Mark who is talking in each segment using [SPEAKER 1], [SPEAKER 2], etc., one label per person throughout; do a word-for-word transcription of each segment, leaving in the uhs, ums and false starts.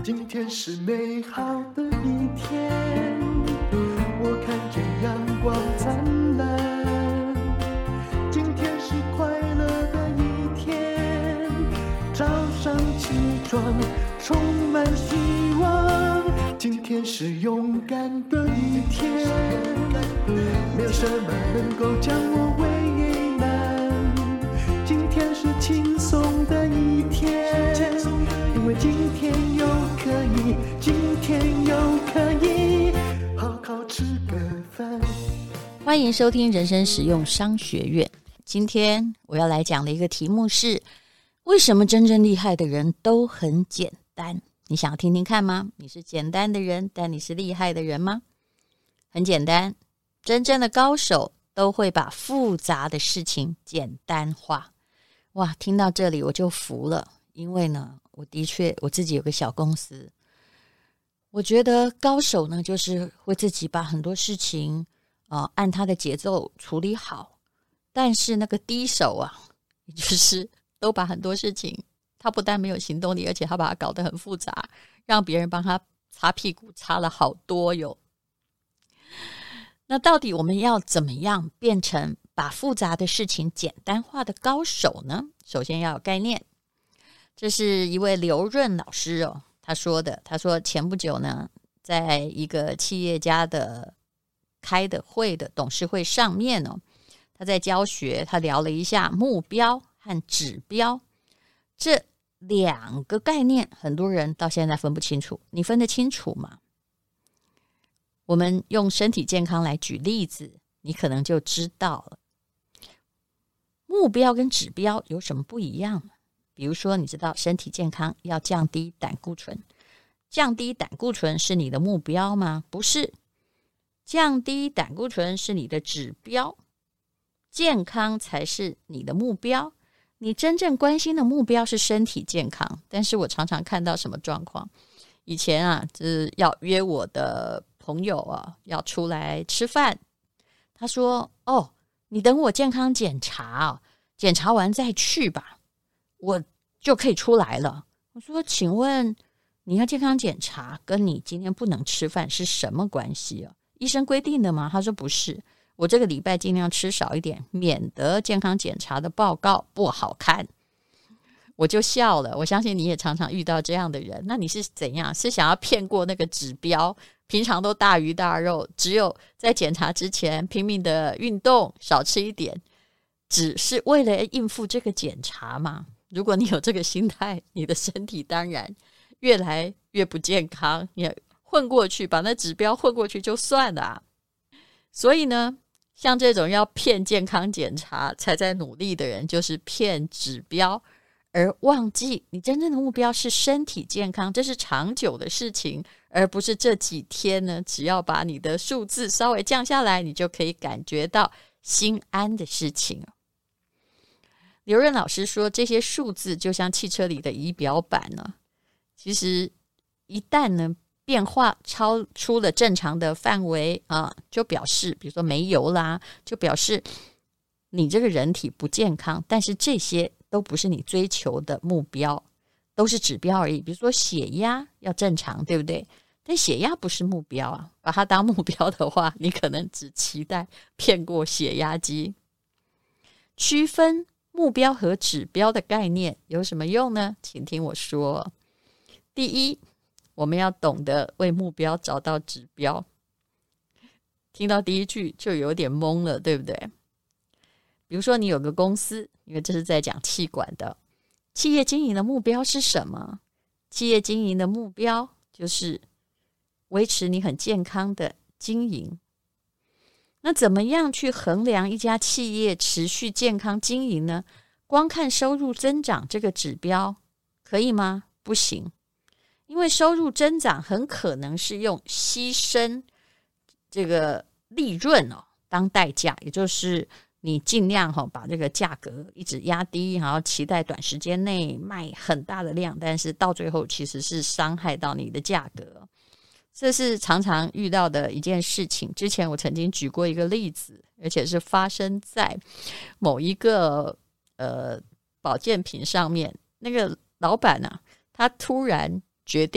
[SPEAKER 1] 今天是美好的一天，我看见阳光灿烂。今天是快乐的一天，早上起床充满希望。今天是勇敢的一天，没有什么能够将我为难。今天是轻松的一天，因为今天又可以，今天又可以好好吃个饭。
[SPEAKER 2] 欢迎收听人生实用商学院。今天我要来讲的一个题目是：为什么真正厉害的人都很简单？你想要听听看吗？你是简单的人，但你是厉害的人吗？很简单，真正的高手都会把复杂的事情简单化。哇，听到这里我就服了，因为呢，我的确我自己有个小公司，我觉得高手呢，就是会自己把很多事情呃按他的节奏处理好，但是那个低手啊，也就是都把很多事情，他不但没有行动力，而且他把它搞得很复杂，让别人帮他擦屁股擦了好多哟。那到底我们要怎么样变成把复杂的事情简单化的高手呢？首先要有概念。这是一位刘润老师哦，他说的。他说前不久呢，在一个企业家的开的会的董事会上面哦，他在教学，他聊了一下目标和指标这两个概念，很多人到现在分不清楚。你分得清楚吗？我们用身体健康来举例子，你可能就知道了。目标跟指标有什么不一样呢？比如说，你知道身体健康要降低胆固醇，降低胆固醇是你的目标吗？不是，降低胆固醇是你的指标，健康才是你的目标。你真正关心的目标是身体健康，但是我常常看到什么状况？以前啊，就是要约我的朋友啊，要出来吃饭，他说：“哦，你等我健康检查哦，检查完再去吧，我就可以出来了。”我说：“请问你要健康检查跟你今天不能吃饭是什么关系啊？医生规定的吗？”他说：“不是，我这个礼拜尽量吃少一点，免得健康检查的报告不好看。”我就笑了，我相信你也常常遇到这样的人。那你是怎样？是想要骗过那个指标？平常都大鱼大肉，只有在检查之前拼命的运动，少吃一点，只是为了应付这个检查吗？如果你有这个心态，你的身体当然越来越不健康。你混过去，把那指标混过去就算了啊。所以呢，像这种要骗健康检查才在努力的人，就是骗指标，而忘记你真正的目标是身体健康，这是长久的事情，而不是这几天呢，只要把你的数字稍微降下来，你就可以感觉到心安的事情。刘润老师说，这些数字就像汽车里的仪表板呢，其实一旦呢变化超出了正常的范围啊，就表示比如说没油啦，就表示你这个人体不健康。但是这些都不是你追求的目标，都是指标而已。比如说血压要正常，对不对？但血压不是目标啊，把它当目标的话，你可能只期待骗过血压机。区分目标和指标的概念有什么用呢？请听我说。第一，我们要懂得为目标找到指标。听到第一句就有点懵了，对不对？比如说你有个公司，因为这是在讲企管的，企业经营的目标是什么？企业经营的目标就是维持你很健康的经营。那怎么样去衡量一家企业持续健康经营呢？光看收入增长这个指标可以吗？不行，因为收入增长很可能是用牺牲这个利润哦当代价，也就是你尽量把这个价格一直压低，然后期待短时间内卖很大的量，但是到最后其实是伤害到你的价格。这是常常遇到的一件事情。之前我曾经举过一个例子，而且是发生在某一个呃保健品上面。那个老板啊，他突然决定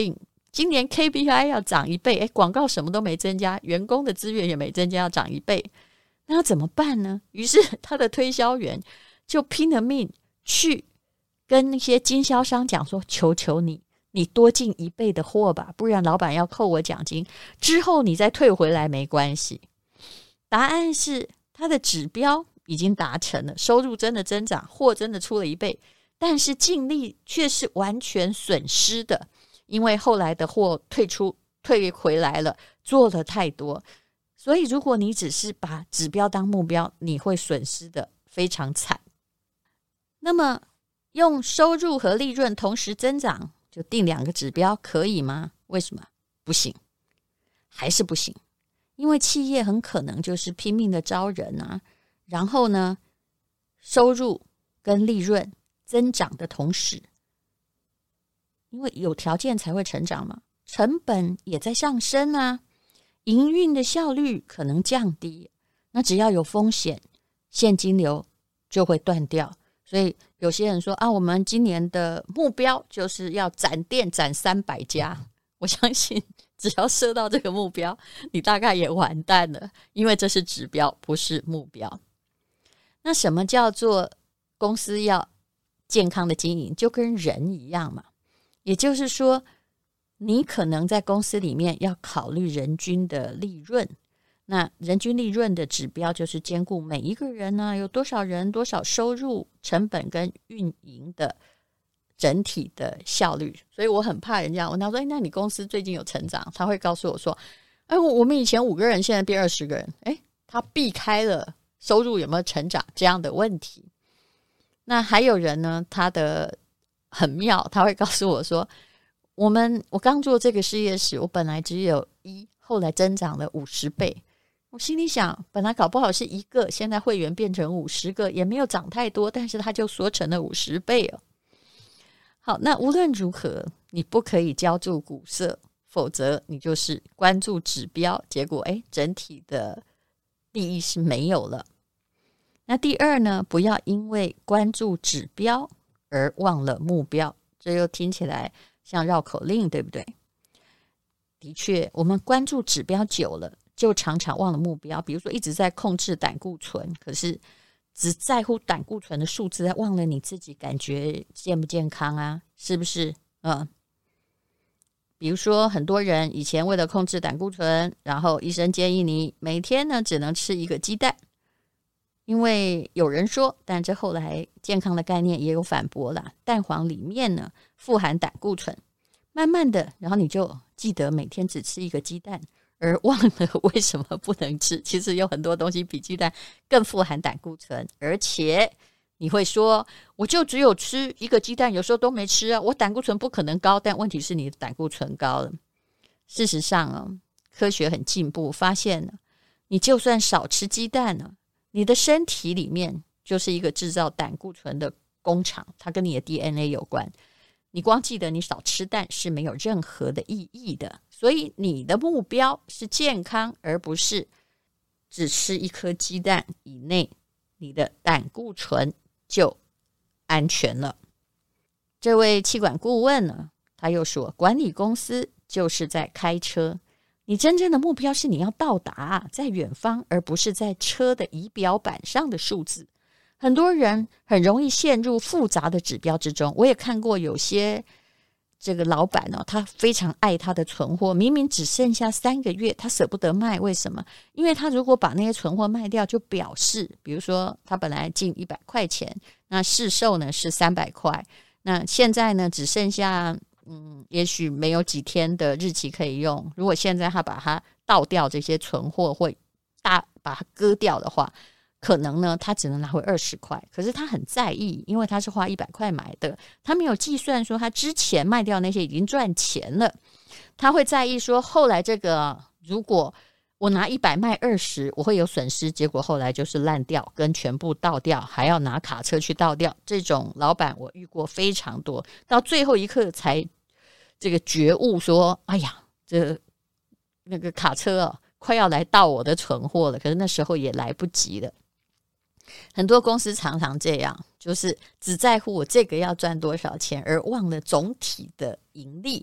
[SPEAKER 2] 今年 K P I 要涨一倍，诶，广告什么都没增加，员工的资源也没增加，要涨一倍，那要怎么办呢？于是他的推销员就拼了命去跟那些经销商讲说，求求你你多进一倍的货吧，不然老板要扣我奖金，之后你再退回来没关系。答案是他的指标已经达成了，收入真的增长，货真的出了一倍，但是净利却是完全损失的，因为后来的货退出退回来了，做了太多。所以如果你只是把指标当目标，你会损失的非常惨。那么用收入和利润同时增长，就定两个指标可以吗？为什么不行？还是不行。因为企业很可能就是拼命的招人啊，然后呢收入跟利润增长的同时，因为有条件才会成长嘛，成本也在上升啊，营运的效率可能降低，那只要有风险，现金流就会断掉。所以有些人说啊，我们今年的目标就是要展店展三百家，我相信只要设到这个目标，你大概也完蛋了，因为这是指标，不是目标。那什么叫做公司要健康的经营？就跟人一样嘛，也就是说你可能在公司里面要考虑人均的利润，那人均利润的指标就是兼顾每一个人呢、啊、有多少人多少收入成本跟运营的整体的效率。所以我很怕人家问他说、欸、那你公司最近有成长？他会告诉我说哎，我们以前五个人现在变二十个人，哎，他避开了收入有没有成长这样的问题。那还有人呢，他的很妙，他会告诉我说我们我刚做这个事业时，我本来只有一，后来增长了五十倍。我心里想，本来搞不好是一个，现在会员变成五十个，也没有涨太多，但是他就缩成了五十倍哦。好，那无论如何，你不可以浇筑古色，否则你就是关注指标，结果哎，整体的利益是没有了。那第二呢，不要因为关注指标而忘了目标，这又听起来像绕口令，对不对？的确，我们关注指标久了，就常常忘了目标。比如说一直在控制胆固醇，可是只在乎胆固醇的数字，忘了你自己感觉健不健康啊，是不是？嗯，比如说很多人以前为了控制胆固醇，然后医生建议你每天呢只能吃一个鸡蛋，因为有人说，但这后来健康的概念也有反驳啦，蛋黄里面呢富含胆固醇，慢慢的然后你就记得每天只吃一个鸡蛋，而忘了为什么不能吃。其实有很多东西比鸡蛋更富含胆固醇，而且你会说我就只有吃一个鸡蛋，有时候都没吃啊，我胆固醇不可能高，但问题是你的胆固醇高了。事实上啊，科学很进步，发现了你就算少吃鸡蛋呢，你的身体里面就是一个制造胆固醇的工厂，它跟你的 D N A 有关。你光记得你少吃蛋是没有任何的意义的，所以你的目标是健康，而不是只吃一颗鸡蛋以内，你的胆固醇就安全了。这位企管顾问呢，他又说，管理公司就是在开车，你真正的目标是你要到达在远方，而不是在车的仪表板上的数字。很多人很容易陷入复杂的指标之中。我也看过有些这个老板哦，他非常爱他的存货，明明只剩下三个月，他舍不得卖。为什么？因为他如果把那些存货卖掉，就表示比如说他本来进一百块钱，那市售呢是三百块，那现在呢只剩下嗯，也许没有几天的日期可以用。如果现在他把它倒掉，这些存货会大把它割掉的话，可能呢他只能拿回二十块，可是他很在意，因为他是花一百块买的，他没有计算说他之前卖掉那些已经赚钱了。他会在意说后来这个如果我拿一百卖二十，我会有损失，结果后来就是烂掉跟全部倒掉，还要拿卡车去倒掉。这种老板我遇过非常多，到最后一刻才这个觉悟说，哎呀，这那个卡车哦快要来倒我的存货了，可是那时候也来不及了。很多公司常常这样，就是只在乎我这个要赚多少钱，而忘了总体的盈利。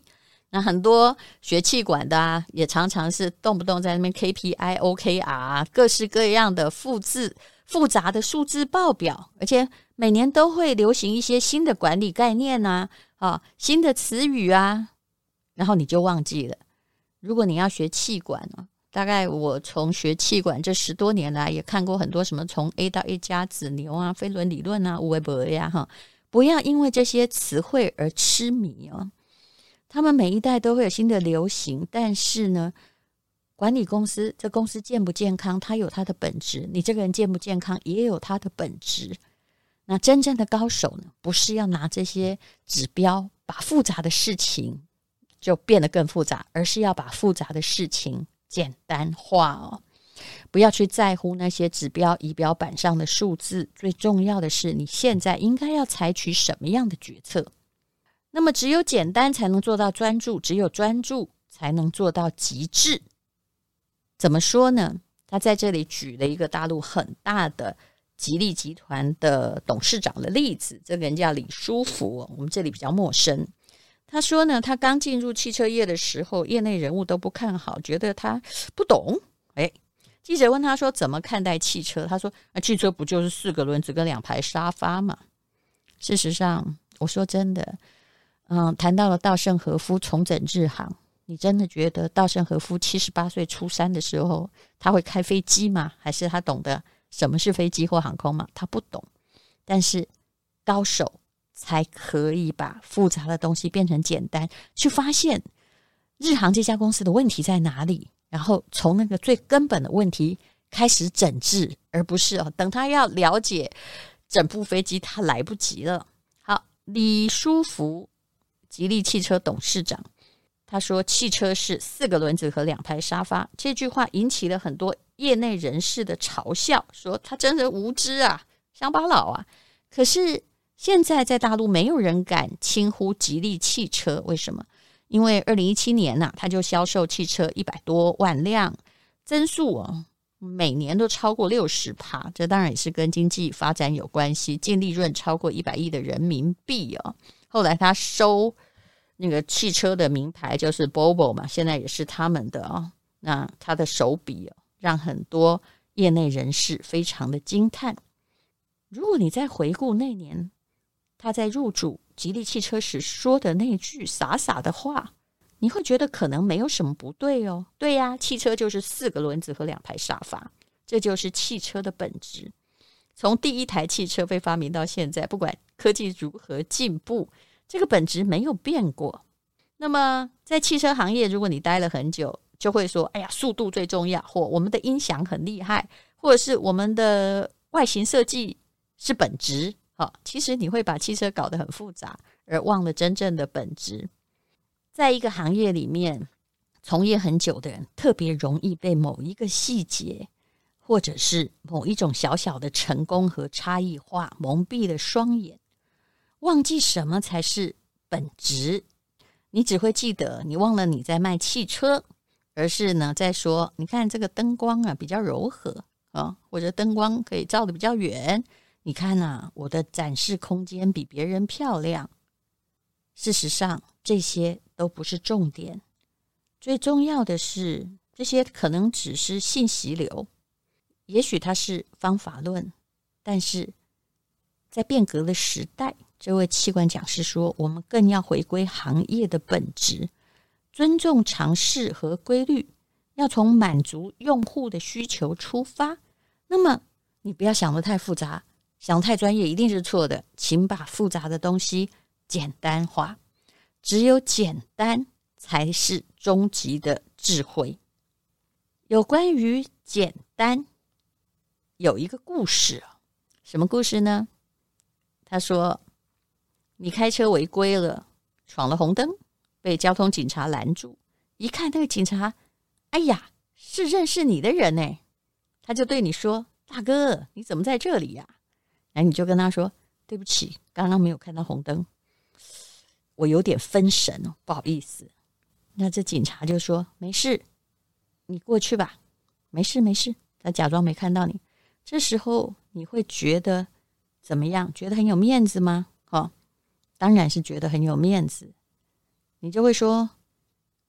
[SPEAKER 2] 那很多学企管的啊，也常常是动不动在那边 K P I、O K R 各式各样的复制复杂的数字报表，而且每年都会流行一些新的管理概念啊，啊新的词语啊，然后你就忘记了。如果你要学企管啊，大概我从学企管这十多年来，也看过很多什么从 A 到 A 加子牛啊、飞轮理论啊、无为博呀哈，不要因为这些词汇而痴迷哦。他们每一代都会有新的流行，但是呢，管理公司，这公司健不健康，它有它的本质；你这个人健不健康，也有它的本质。那真正的高手呢，不是要拿这些指标把复杂的事情就变得更复杂，而是要把复杂的事情简单化哦。不要去在乎那些指标仪表板上的数字，最重要的是你现在应该要采取什么样的决策。那么只有简单才能做到专注，只有专注才能做到极致。怎么说呢？他在这里举了一个大陆很大的吉利集团的董事长的例子，这个人叫李书福，我们这里比较陌生。他说呢，他刚进入汽车业的时候，业内人物都不看好，觉得他不懂。诶，记者问他说怎么看待汽车，他说、啊、汽车不就是四个轮子跟两排沙发吗？事实上，我说真的，嗯，谈到了稻盛和夫重整日航，你真的觉得稻盛和夫七十八岁出山的时候，他会开飞机吗？还是他懂得什么是飞机或航空吗？他不懂。但是高手才可以把复杂的东西变成简单，去发现日航这家公司的问题在哪里，然后从那个最根本的问题开始整治，而不是、哦、等他要了解整部飞机他来不及了。好，李书福吉利汽车董事长，他说汽车是四个轮子和两排沙发，这句话引起了很多业内人士的嘲笑，说他真是无知啊，乡巴佬啊。可是现在在大陆没有人敢轻忽吉利汽车，为什么？因为二零一七年啊，他就销售汽车一百多万辆，增速哦每年都超过 百分之六十， 这当然也是跟经济发展有关系，净利润超过一百亿的人民币哦。后来他收那个汽车的名牌就是 Volvo 嘛，现在也是他们的哦。那他的手笔哦，让很多业内人士非常的惊叹。如果你再回顾那年他在入主吉利汽车时说的那句傻傻的话，你会觉得可能没有什么不对哦。对呀、啊，汽车就是四个轮子和两排沙发，这就是汽车的本质。从第一台汽车被发明到现在，不管科技如何进步，这个本质没有变过。那么在汽车行业，如果你待了很久，就会说哎呀，速度最重要，或我们的音响很厉害，或者是我们的外形设计是本质、哦、其实你会把汽车搞得很复杂，而忘了真正的本质。在一个行业里面，从业很久的人特别容易被某一个细节或者是某一种小小的成功和差异化蒙蔽了双眼，忘记什么才是本质。你只会记得你忘了你在卖汽车，而是呢在说你看这个灯光啊比较柔和、哦、或者灯光可以照得比较远，你看啊我的展示空间比别人漂亮。事实上这些都不是重点，最重要的是这些可能只是信息流，也许它是方法论，但是在变革的时代，这位企管讲师说我们更要回归行业的本质，尊重常识和规律，要从满足用户的需求出发。那么你不要想得太复杂，想太专业一定是错的，请把复杂的东西简单化，只有简单才是终极的智慧。有关于简单有一个故事，什么故事呢？他说你开车违规了，闯了红灯，被交通警察拦住，一看那个警察，哎呀，是认识你的人呢，他就对你说大哥你怎么在这里呀、啊？然后你就跟他说对不起，刚刚没有看到红灯，我有点分神哦，不好意思。那这警察就说没事，你过去吧，没事没事，他假装没看到你。这时候你会觉得怎么样？觉得很有面子吗？哦，当然是觉得很有面子。你就会说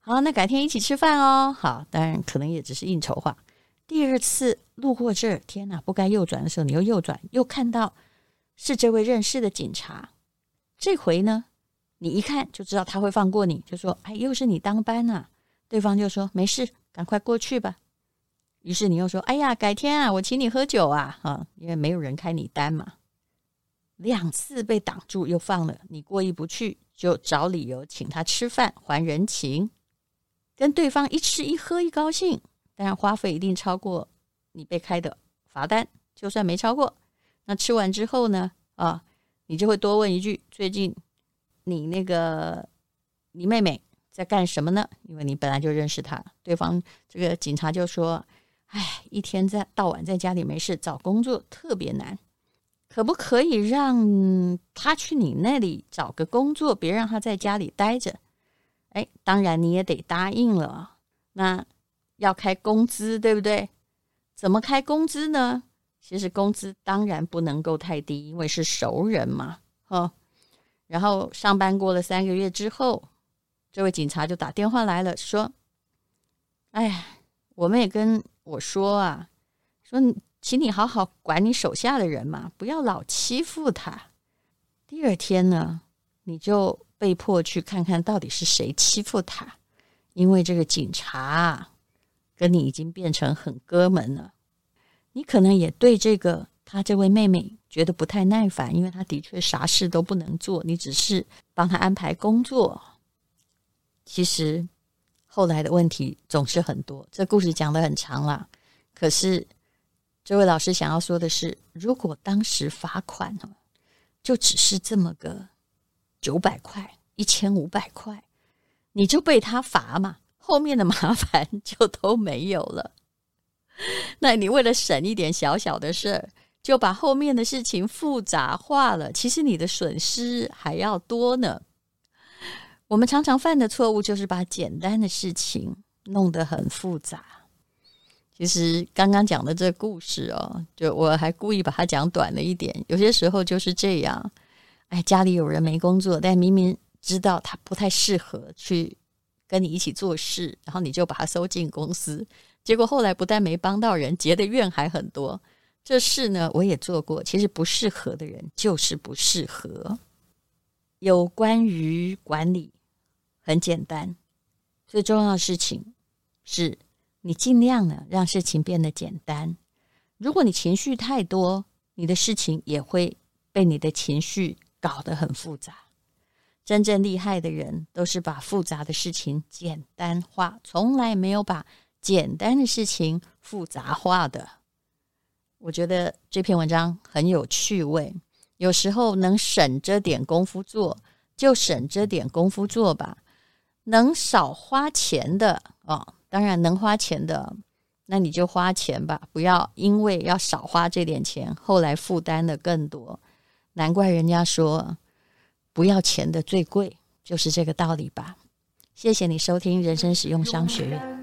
[SPEAKER 2] 好，那改天一起吃饭哦。好，当然可能也只是应酬话。第二次路过这儿，天哪，不该右转的时候你又右转，又看到是这位认识的警察。这回呢，你一看就知道他会放过你，就说哎，又是你当班啊。对方就说没事，赶快过去吧。于是你又说哎呀，改天啊，我请你喝酒啊，啊，因为没有人开你单嘛。两次被挡住又放了，你过意不去，就找理由请他吃饭还人情。跟对方一吃一喝一高兴，当然花费一定超过你被开的罚单，就算没超过，那吃完之后呢，啊，你就会多问一句，最近你那个你妹妹在干什么呢？因为你本来就认识她。对方这个警察就说，哎，一天在到晚在家里没事，找工作特别难，可不可以让他去你那里找个工作，别让他在家里待着？哎，当然你也得答应了。那要开工资，对不对？怎么开工资呢？其实工资当然不能够太低，因为是熟人嘛。哦，然后上班过了三个月之后，这位警察就打电话来了，说：“哎呀，我们也跟我说啊，说请你好好管你手下的人嘛，不要老欺负他。”第二天呢，你就被迫去看看到底是谁欺负他，因为这个警察跟你已经变成很哥们了。你可能也对这个他这位妹妹觉得不太耐烦，因为他的确啥事都不能做，你只是帮他安排工作。其实后来的问题总是很多，这故事讲得很长啦。可是这位老师想要说的是，如果当时罚款就只是这么个九百块、一千五百块，你就被他罚嘛，后面的麻烦就都没有了。那你为了省一点小小的事儿，就把后面的事情复杂化了，其实你的损失还要多呢。我们常常犯的错误就是把简单的事情弄得很复杂。其实刚刚讲的这个故事哦，就我还故意把它讲短了一点。有些时候就是这样，哎，家里有人没工作，但明明知道他不太适合去跟你一起做事，然后你就把他收进公司，结果后来不但没帮到人，结的怨还很多。这事呢我也做过，其实不适合的人就是不适合。有关于管理很简单，最重要的事情是你尽量呢让事情变得简单。如果你情绪太多，你的事情也会被你的情绪搞得很复杂。真正厉害的人都是把复杂的事情简单化，从来没有把简单的事情复杂化的。我觉得这篇文章很有趣味，有时候能省着点功夫做就省着点功夫做吧，能少花钱的哦，当然能花钱的那你就花钱吧，不要因为要少花这点钱后来负担的更多。难怪人家说不要钱的最贵，就是这个道理吧。谢谢你收听人生实用商学院。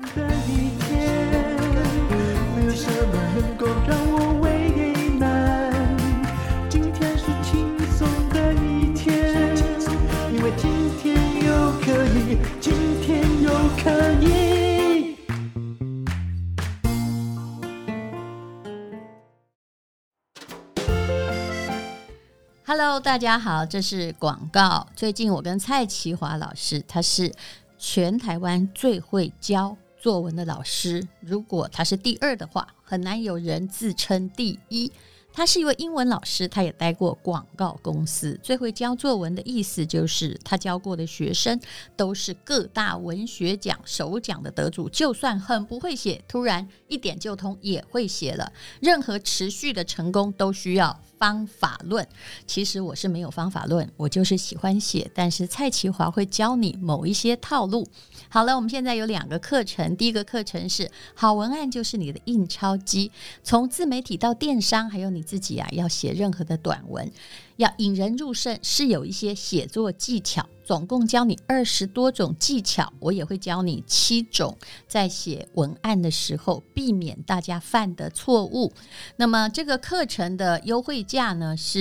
[SPEAKER 1] 没有什么能够让我为难，今天是轻松的一天，因为今天又可以，今天又可以。
[SPEAKER 2] Hello， 大家好，这是广告。最近我跟蔡奇华老师，他是全台湾最会教作文的老师，如果他是第二的话，很难有人自称第一。他是一位英文老师，他也待过广告公司。最会教作文的意思就是他教过的学生都是各大文学奖首奖的得主，就算很不会写，突然一点就通也会写了。任何持续的成功都需要方法论。其实我是没有方法论，我就是喜欢写，但是蔡奇华会教你某一些套路。好了，我们现在有两个课程，第一个课程是好文案就是你的印钞机，从自媒体到电商，还有你自己啊，要写任何的短文，要引人入胜，是有一些写作技巧，总共教你二十多种技巧，我也会教你七种，在写文案的时候避免大家犯的错误。那么这个课程的优惠价呢是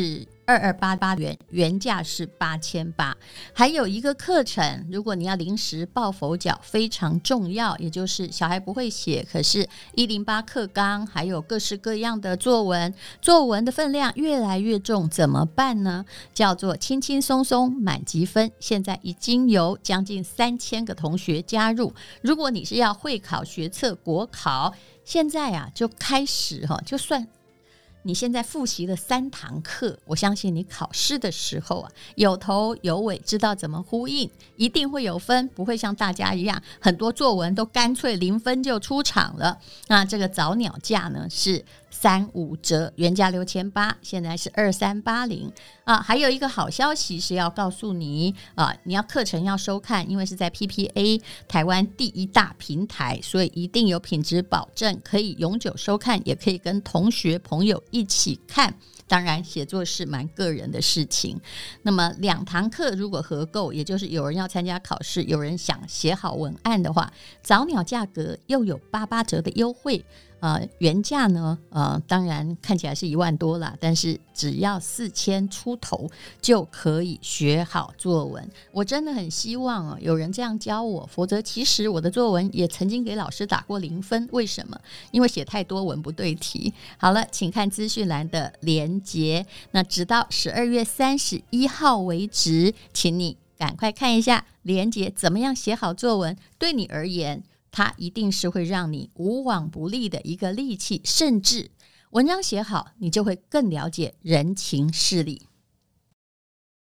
[SPEAKER 2] 二二八八元，原价是八千八。还有一个课程，如果你要临时抱佛脚，非常重要，也就是小孩不会写，可是一零八课纲还有各式各样的作文，作文的分量越来越重，怎么办呢？叫做轻轻松松满级分，现在已经有将近三千个同学加入。如果你是要会考、学测、国考，现在啊就开始哈，就算你现在复习了三堂课，我相信你考试的时候啊，有头有尾，知道怎么呼应，一定会有分，不会像大家一样，很多作文都干脆零分就出场了。那这个早鸟价呢是三五折，原价六千八，现在是二三八零啊。还有一个好消息是要告诉你啊，你要课程要收看，因为是在 P P A 台湾第一大平台，所以一定有品质保证，可以永久收看，也可以跟同学朋友一起看。当然写作是蛮个人的事情，那么两堂课如果合购，也就是有人要参加考试，有人想写好文案的话，早鸟价格又有八八折的优惠。呃，原价呢，呃，当然看起来是一万多啦，但是只要四千出头就可以学好作文。我真的很希望啊，有人这样教我，否则其实我的作文也曾经给老师打过零分。为什么？因为写太多文不对题。好了，请看资讯栏的连结，那直到十二月三十一号为止，请你赶快看一下连结，怎么样写好作文，对你而言它一定是会让你无往不利的一个利器，甚至文章写好，你就会更了解人情世理。